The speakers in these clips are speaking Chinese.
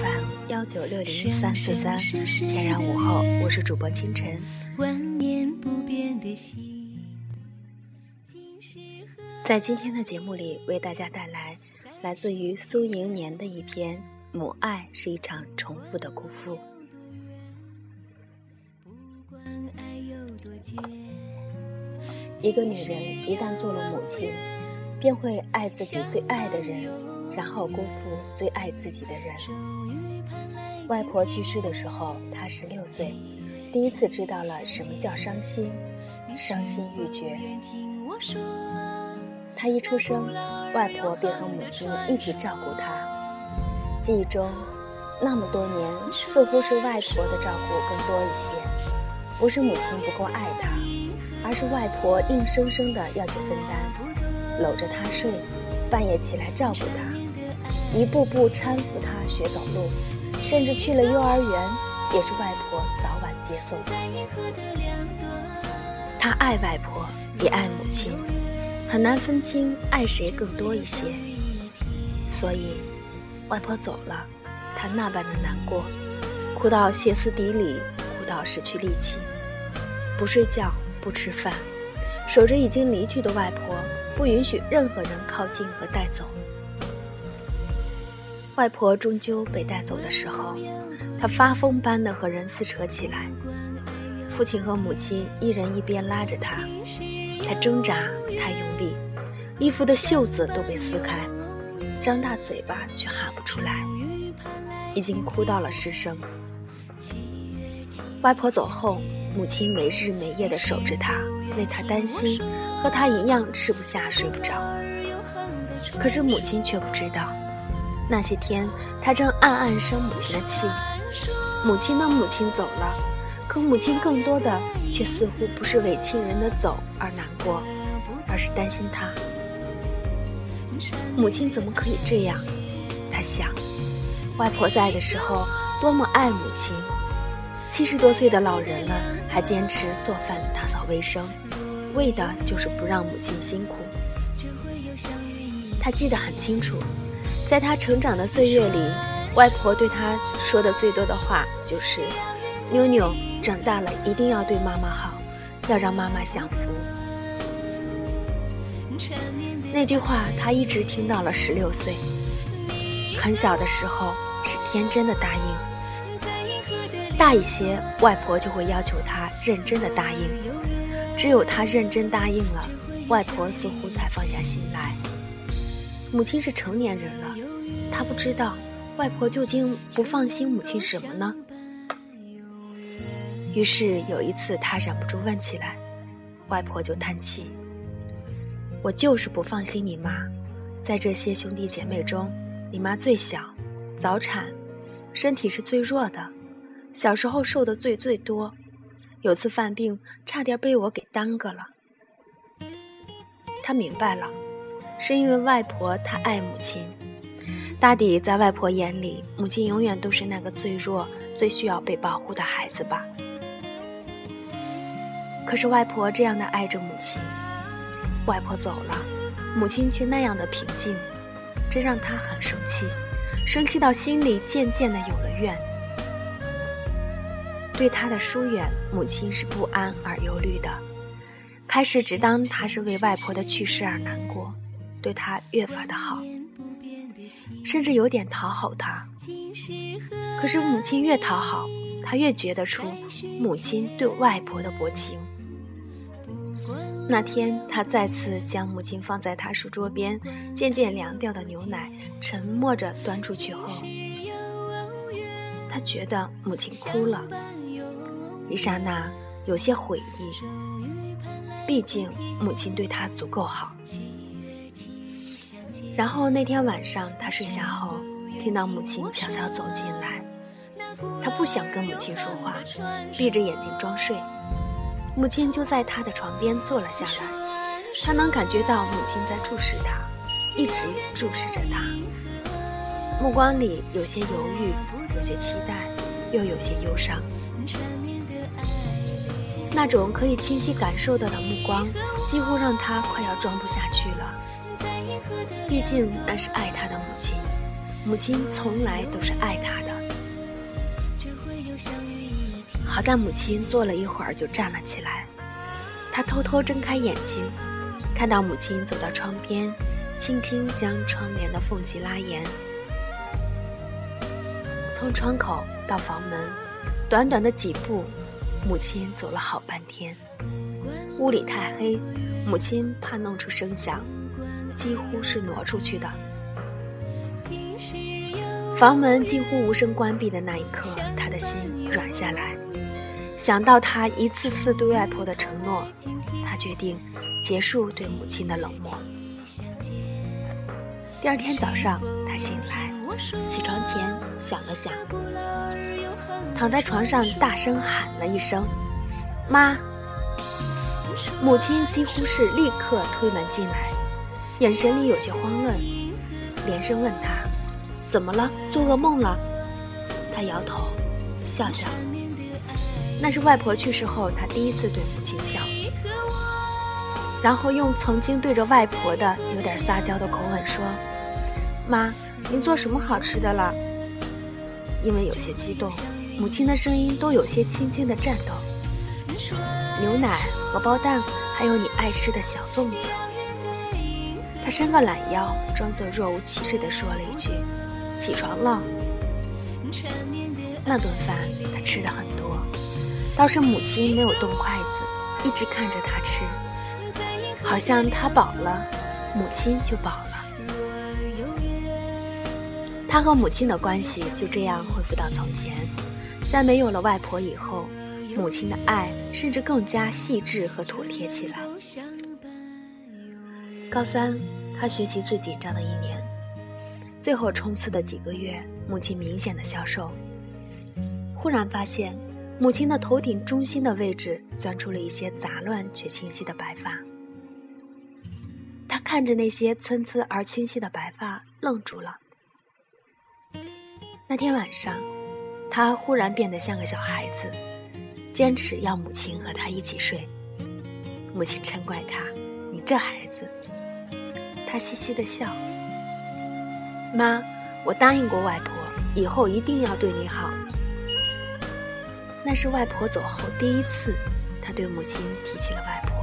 FM1960343，天然午后，我是主播清晨。在今天的节目里，为大家带来来自于苏莹年的一篇《母爱是一场重复的辜负》。一个女人一旦做了母亲，便会爱自己最爱的人，然后辜负最爱自己的人。外婆去世的时候，她16岁，第一次知道了什么叫伤心，伤心欲绝。她一出生，外婆便和母亲一起照顾她。记忆中，那么多年，似乎是外婆的照顾更多一些，不是母亲不够爱她，而是外婆硬生生的要去分担，搂着她睡，半夜起来照顾她，一步步搀扶她学走路，甚至去了幼儿园，也是外婆早晚接送。她爱外婆，也爱母亲，很难分清爱谁更多一些。所以，外婆走了，她那般的难过，哭到歇斯底里，哭到失去力气，不睡觉，不吃饭，守着已经离去的外婆，不允许任何人靠近和带走。外婆终究被带走的时候，她发疯般的和人撕扯起来，父亲和母亲一人一边拉着她，她挣扎，她用力，衣服的袖子都被撕开，张大嘴巴却喊不出来，已经哭到了失声。外婆走后，母亲没日没夜地守着她，为她担心，和她一样吃不下睡不着。可是母亲却不知道，那些天她正暗暗生母亲的气。母亲的母亲走了，可母亲更多的却似乎不是为亲人的走而难过，而是担心她。母亲怎么可以这样？她想，外婆在的时候多么爱母亲，70多岁的老人了，还坚持做饭打扫卫生，为的就是不让母亲辛苦。她记得很清楚，在她成长的岁月里，外婆对她说的最多的话就是：妞妞长大了一定要对妈妈好，要让妈妈享福。那句话她一直听到了16岁，很小的时候是天真的答应，大一些外婆就会要求她认真的答应，只有她认真答应了，外婆似乎才放下心来。母亲是成年人了，她不知道外婆究竟不放心母亲什么呢？于是有一次她忍不住问起来，外婆就叹气：我就是不放心你妈，在这些兄弟姐妹中，你妈最小，早产，身体是最弱的，小时候受的罪最多，有次犯病差点被我给耽搁了。她明白了，是因为外婆她爱母亲，大抵在外婆眼里，母亲永远都是那个最弱最需要被保护的孩子吧。可是外婆这样的爱着母亲，外婆走了，母亲却那样的平静，这让她很生气，生气到心里渐渐的有了怨。对她的疏远，母亲是不安而忧虑的，开始只当她是为外婆的去世而难过，对她越发的好，甚至有点讨好她。可是母亲越讨好，她越觉得出母亲对外婆的薄情。那天她再次将母亲放在她书桌边渐渐凉掉的牛奶沉默着端出去后，她觉得母亲哭了，一刹那有些悔意，毕竟母亲对她足够好。然后那天晚上她睡下后，听到母亲悄悄走进来，她不想跟母亲说话，闭着眼睛装睡。母亲就在她的床边坐了下来，她能感觉到母亲在注视她，一直注视着她，目光里有些犹豫，有些期待，又有些忧伤。那种可以清晰感受到的目光，几乎让她快要装不下去了。毕竟那是爱她的母亲，母亲从来都是爱她的。 好在母亲坐了一会儿就站了起来，他偷偷睁开眼睛，看到母亲走到窗边，轻轻将窗帘的缝隙拉严。从窗口到房门，短短的几步，母亲走了好半天。屋里太黑，母亲怕弄出声响，几乎是挪出去的。房门几乎无声关闭的那一刻，他的心软下来。想到他一次次对外婆的承诺，他决定结束对母亲的冷漠。第二天早上，他醒来，起床前想了想，躺在床上大声喊了一声妈。母亲几乎是立刻推门进来，眼神里有些慌乱，连声问他怎么了，做噩梦了？他摇头笑笑，那是外婆去世后他第一次对母亲笑，然后用曾经对着外婆的有点撒娇的口吻说，妈，您做什么好吃的了？因为有些激动，母亲的声音都有些轻轻的颤抖。牛奶、荷包蛋，还有你爱吃的小粽子。他伸个懒腰，装作若无其事地说了一句，起床了。那顿饭他吃的很多，倒是母亲没有动筷子，一直看着他吃，好像他饱了，母亲就饱了。他和母亲的关系就这样恢复到从前。在没有了外婆以后，母亲的爱甚至更加细致和妥帖起来。高三，他学习最紧张的一年，最后冲刺的几个月，母亲明显的消瘦。忽然发现，母亲的头顶中心的位置钻出了一些杂乱却清晰的白发。他看着那些参差而清晰的白发，愣住了。那天晚上，他忽然变得像个小孩子，坚持要母亲和他一起睡。母亲嗔怪他，你这孩子。他嘻嘻地笑，妈，我答应过外婆，以后一定要对你好。那是外婆走后第一次，他对母亲提起了外婆。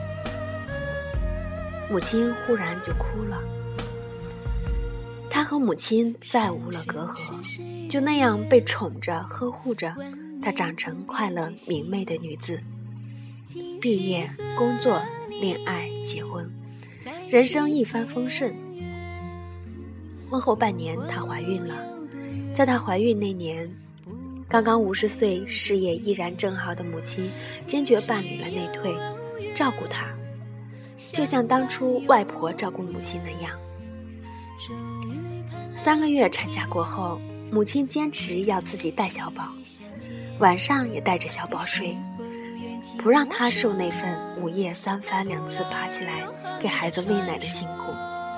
母亲忽然就哭了。他和母亲再无了隔阂，就那样被宠着呵护着，她长成快乐明媚的女子。毕业、工作、恋爱、结婚，人生一帆风顺。婚后半年，她怀孕了。在她怀孕那年，刚刚50岁、事业依然正好的母亲坚决办理了内退，照顾她，就像当初外婆照顾母亲那样。3个月产假过后，母亲坚持要自己带小宝，晚上也带着小宝睡，不让他受那份午夜3番2次爬起来给孩子喂奶的辛苦。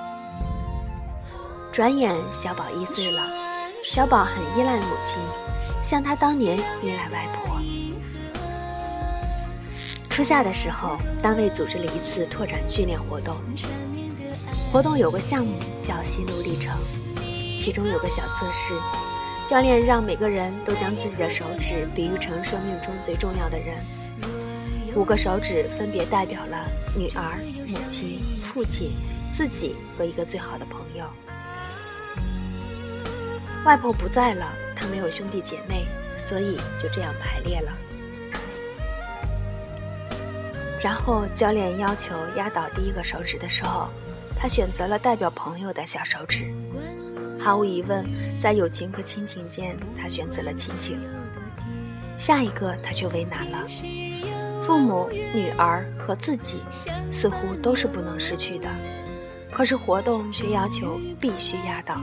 转眼小宝1岁了，小宝很依赖母亲，像他当年依赖外婆。初夏的时候，单位组织了一次拓展训练活动，活动有个项目叫心路历程，其中有个小测试，教练让每个人都将自己的手指比喻成生命中最重要的人，5个手指分别代表了女儿、母亲、父亲、自己和一个最好的朋友。外婆不在了，她没有兄弟姐妹，所以就这样排列了。然后教练要求压倒第1个手指的时候，她选择了代表朋友的小手指。毫无疑问，在友情和亲情间，她选择了亲情。下一个她却为难了，父母、女儿和自己似乎都是不能失去的，可是活动却要求必须压倒。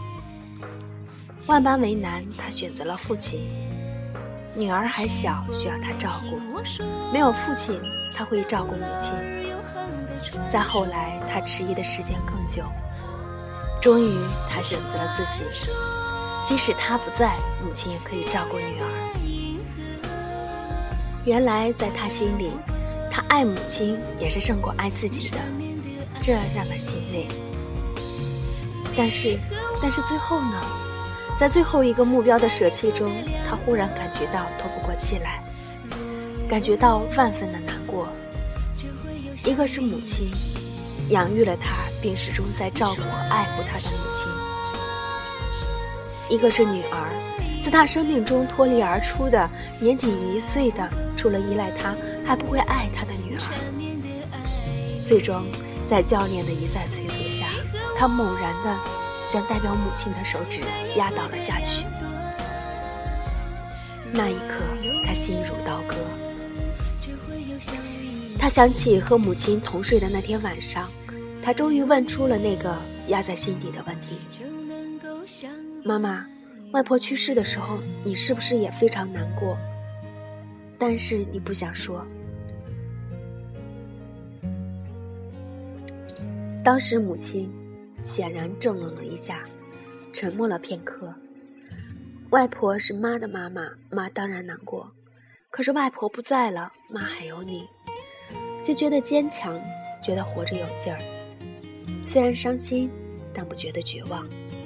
万般为难，她选择了父亲。女儿还小，需要她照顾，没有父亲，她会照顾母亲。再后来，她迟疑的时间更久，终于她选择了自己，即使她不在，母亲也可以照顾女儿。原来在她心里，她爱母亲也是胜过爱自己的，这让她欣慰。但是最后呢？ 在最后一个目标的舍弃中，他忽然感觉到透不过气来，感觉到万分的难过。一个是母亲，养育了他并始终在照顾和爱护他的母亲；一个是女儿，在他生命中脱离而出的年仅1岁的，除了依赖他还不会爱他的女儿。最终在教练的一再催促下，他猛然地将代表母亲的手指压倒了下去。那一刻他心如刀割。他想起和母亲同睡的那天晚上，他终于问出了那个压在心底的问题：妈妈，外婆去世的时候，你是不是也非常难过？但是你不想说。当时母亲显然怔愣了一下，沉默了片刻。外婆是妈的妈妈，妈当然难过，可是外婆不在了，妈还有你，就觉得坚强，觉得活着有劲儿。虽然伤心，但不觉得绝望。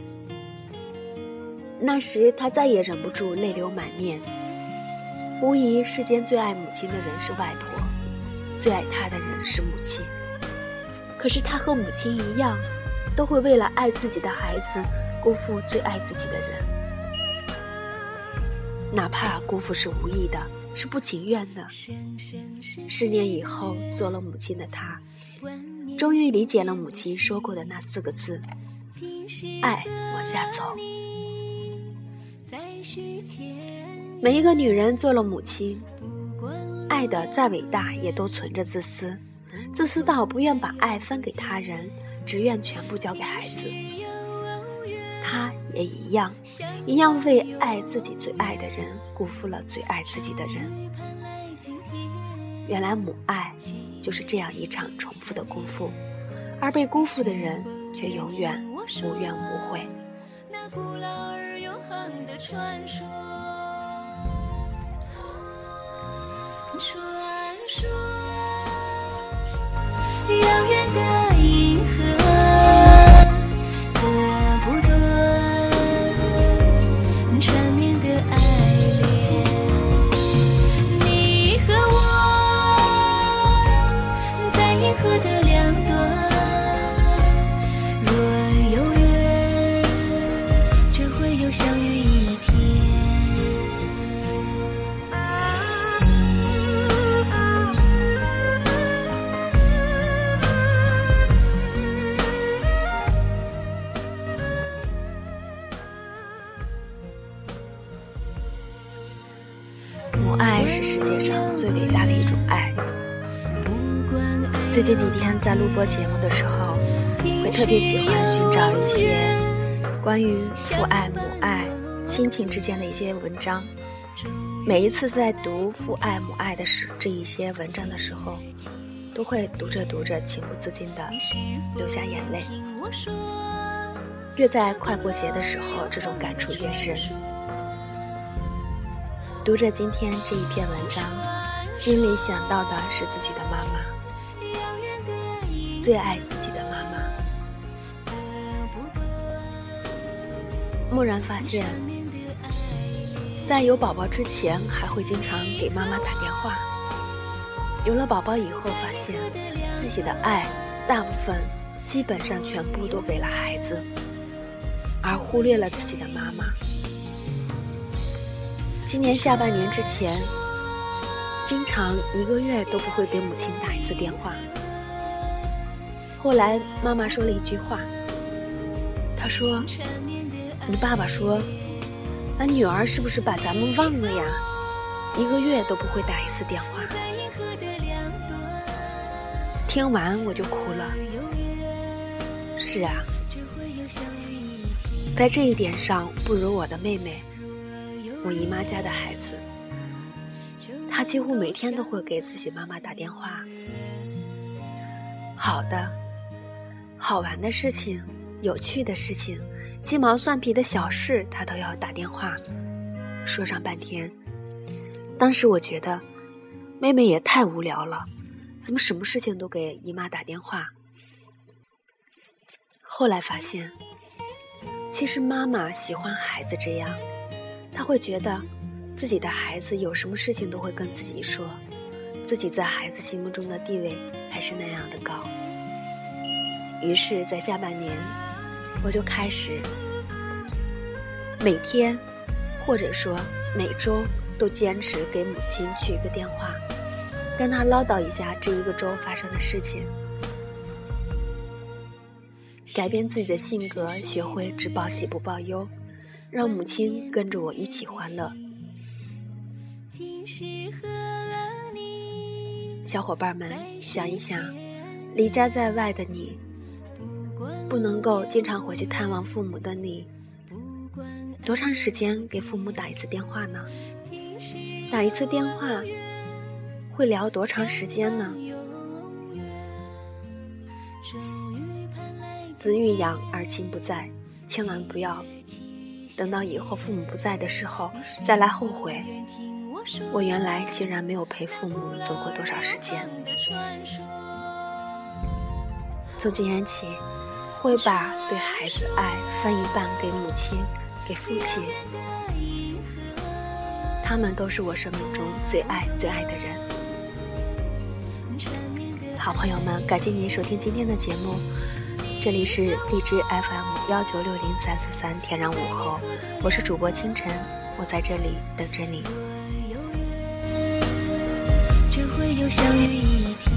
那时他再也忍不住泪流满面。无疑世间最爱母亲的人是外婆，最爱她的人是母亲。可是他和母亲一样，都会为了爱自己的孩子辜负最爱自己的人，哪怕辜负是无意的，是不情愿的。10年以后，做了母亲的他，终于理解了母亲说过的那4个字：爱往下走。每一个女人做了母亲，爱的再伟大也都存着自私，自私到不愿把爱分给他人，只愿全部交给孩子。她也一样为爱自己最爱的人，辜负了最爱自己的人。原来母爱就是这样一场重复的辜负，而被辜负的人却永远无怨无悔。那古老而永恒的传说，遥远的银河割不断缠绵的爱恋，你和我在银河的两端，若有缘就会有相遇一天。母爱是世界上最伟大的一种爱。最近几天在录播节目的时候，会特别喜欢寻找一些关于父爱、母爱、亲情之间的一些文章。每一次在读父爱、母爱的这一些文章的时候，都会读着读着情不自禁地流下眼泪。越在快过节的时候，这种感触越深。读着今天这一篇文章，心里想到的是自己的妈妈，最爱自己的妈妈。蓦然发现，在有宝宝之前还会经常给妈妈打电话，有了宝宝以后发现自己的爱大部分基本上全部都给了孩子，而忽略了自己的妈妈。今年下半年之前，经常1个月都不会给母亲打一次电话。后来妈妈说了一句话，她说：你爸爸说，俺女儿是不是把咱们忘了呀？1个月都不会打一次电话。听完我就哭了。是啊，在这一点上不如我的妹妹，我姨妈家的孩子，她几乎每天都会给自己妈妈打电话。好的，好玩的事情，有趣的事情，鸡毛蒜皮的小事，她都要打电话，说上半天。当时我觉得妹妹也太无聊了，怎么什么事情都给姨妈打电话？后来发现， 其实妈妈喜欢孩子这样，她会觉得自己的孩子有什么事情都会跟自己说，自己在孩子心目中的地位还是那样的高。于是在下半年，我就开始每天或者说每周都坚持给母亲去一个电话，跟她唠叨一下这一个周发生的事情，改变自己的性格，学会只报喜不报忧，让母亲跟着我一起欢乐。小伙伴们，想一想，离家在外的你，不能够经常回去探望父母的你，多长时间给父母打一次电话呢？打一次电话会聊多长时间呢？子欲养而亲不在，千万不要等到以后父母不在的时候再来后悔，我原来竟然没有陪父母走过多少时间。从今天起，会把对孩子爱分一半给母亲，给父亲，他们都是我生命中最爱最爱的人。好朋友们，感谢您收听今天的节目，这里是荔枝 FM1960343天然午后，我是主播清晨，我在这里等着你。 这会有相遇一天。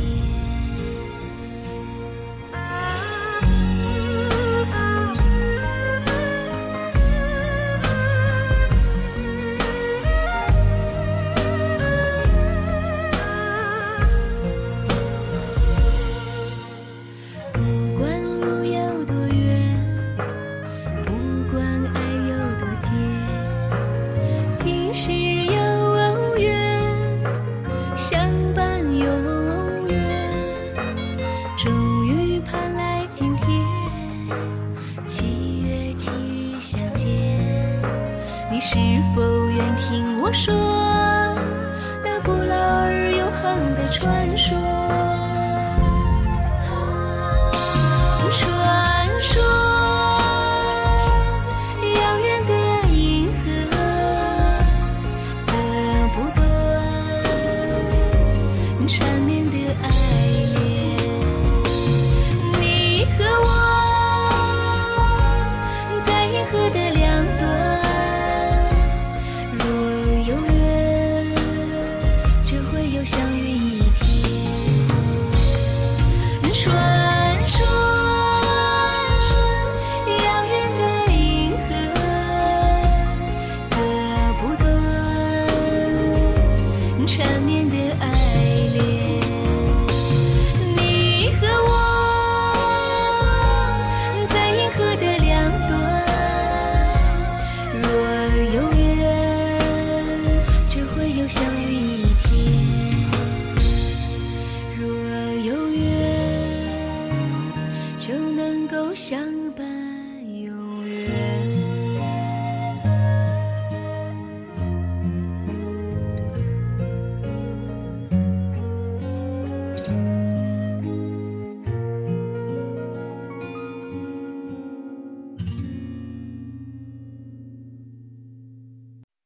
你是否愿听我说那古老而永恒的传说？传说遥远的银河割不断缠绵的爱恋，你和我在银河的两端，相遇一天。传说遥远的银河割不断缠绵